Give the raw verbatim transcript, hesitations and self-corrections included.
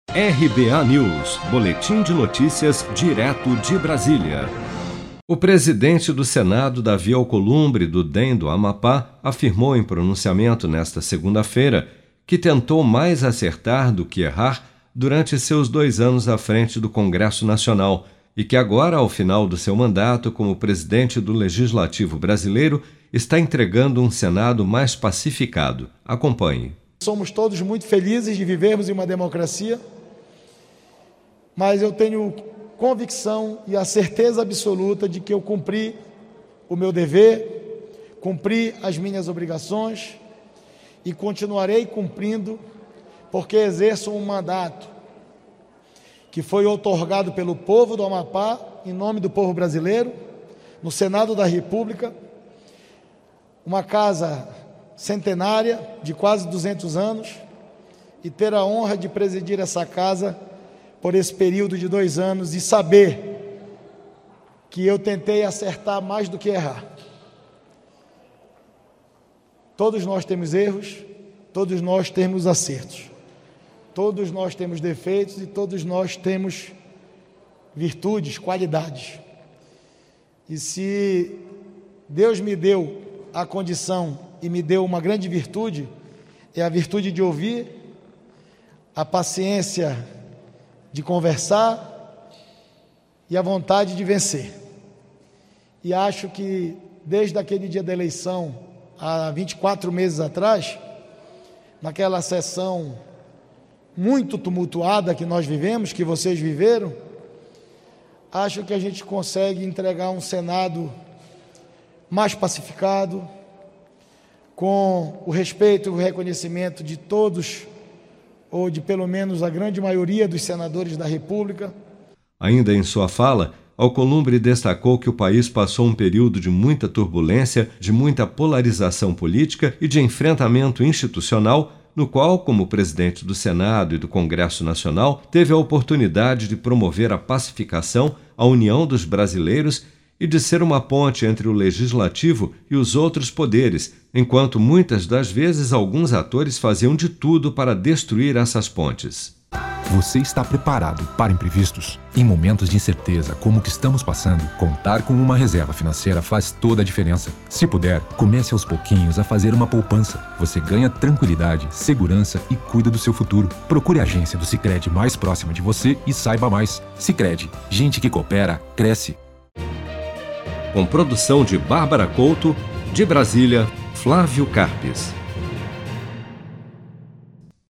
R B A News, boletim de notícias direto de Brasília. O presidente do Senado, Davi Alcolumbre, do D E M do Amapá, afirmou em pronunciamento nesta segunda-feira que tentou mais acertar do que errar durante seus dois anos à frente do Congresso Nacional e que agora, ao final do seu mandato como presidente do Legislativo brasileiro, está entregando um Senado mais pacificado. Acompanhe. Somos todos muito felizes de vivermos em uma democracia, mas eu tenho convicção e a certeza absoluta de que eu cumpri o meu dever, cumpri as minhas obrigações e continuarei cumprindo, porque exerço um mandato que foi outorgado pelo povo do Amapá, em nome do povo brasileiro, no Senado da República, uma casa centenária de quase duzentos anos, e ter a honra de presidir essa casa por esse período de dois anos e saber que eu tentei acertar mais do que errar. Todos nós temos erros, todos nós temos acertos, todos nós temos defeitos e todos nós temos virtudes, qualidades. E se Deus me deu a condição e me deu uma grande virtude, é a virtude de ouvir, a paciência de conversar e a vontade de vencer. E acho que desde aquele dia da eleição, há vinte e quatro meses atrás, naquela sessão muito tumultuada que nós vivemos, que vocês viveram, acho que a gente consegue entregar um Senado mais pacificado, com o respeito e o reconhecimento de todos, ou de pelo menos a grande maioria dos senadores da República. Ainda em sua fala, Alcolumbre destacou que o país passou um período de muita turbulência, de muita polarização política e de enfrentamento institucional, no qual, como presidente do Senado e do Congresso Nacional, teve a oportunidade de promover a pacificação, a união dos brasileiros e de ser uma ponte entre o legislativo e os outros poderes, enquanto muitas das vezes alguns atores faziam de tudo para destruir essas pontes. Você está preparado para imprevistos? Em momentos de incerteza como o que estamos passando, contar com uma reserva financeira faz toda a diferença. Se puder, comece aos pouquinhos a fazer uma poupança. Você ganha tranquilidade, segurança e cuida do seu futuro. Procure a agência do Sicredi mais próxima de você e saiba mais. Sicredi, gente que coopera, cresce. Com produção de Bárbara Couto, de Brasília, Flávio Carpes.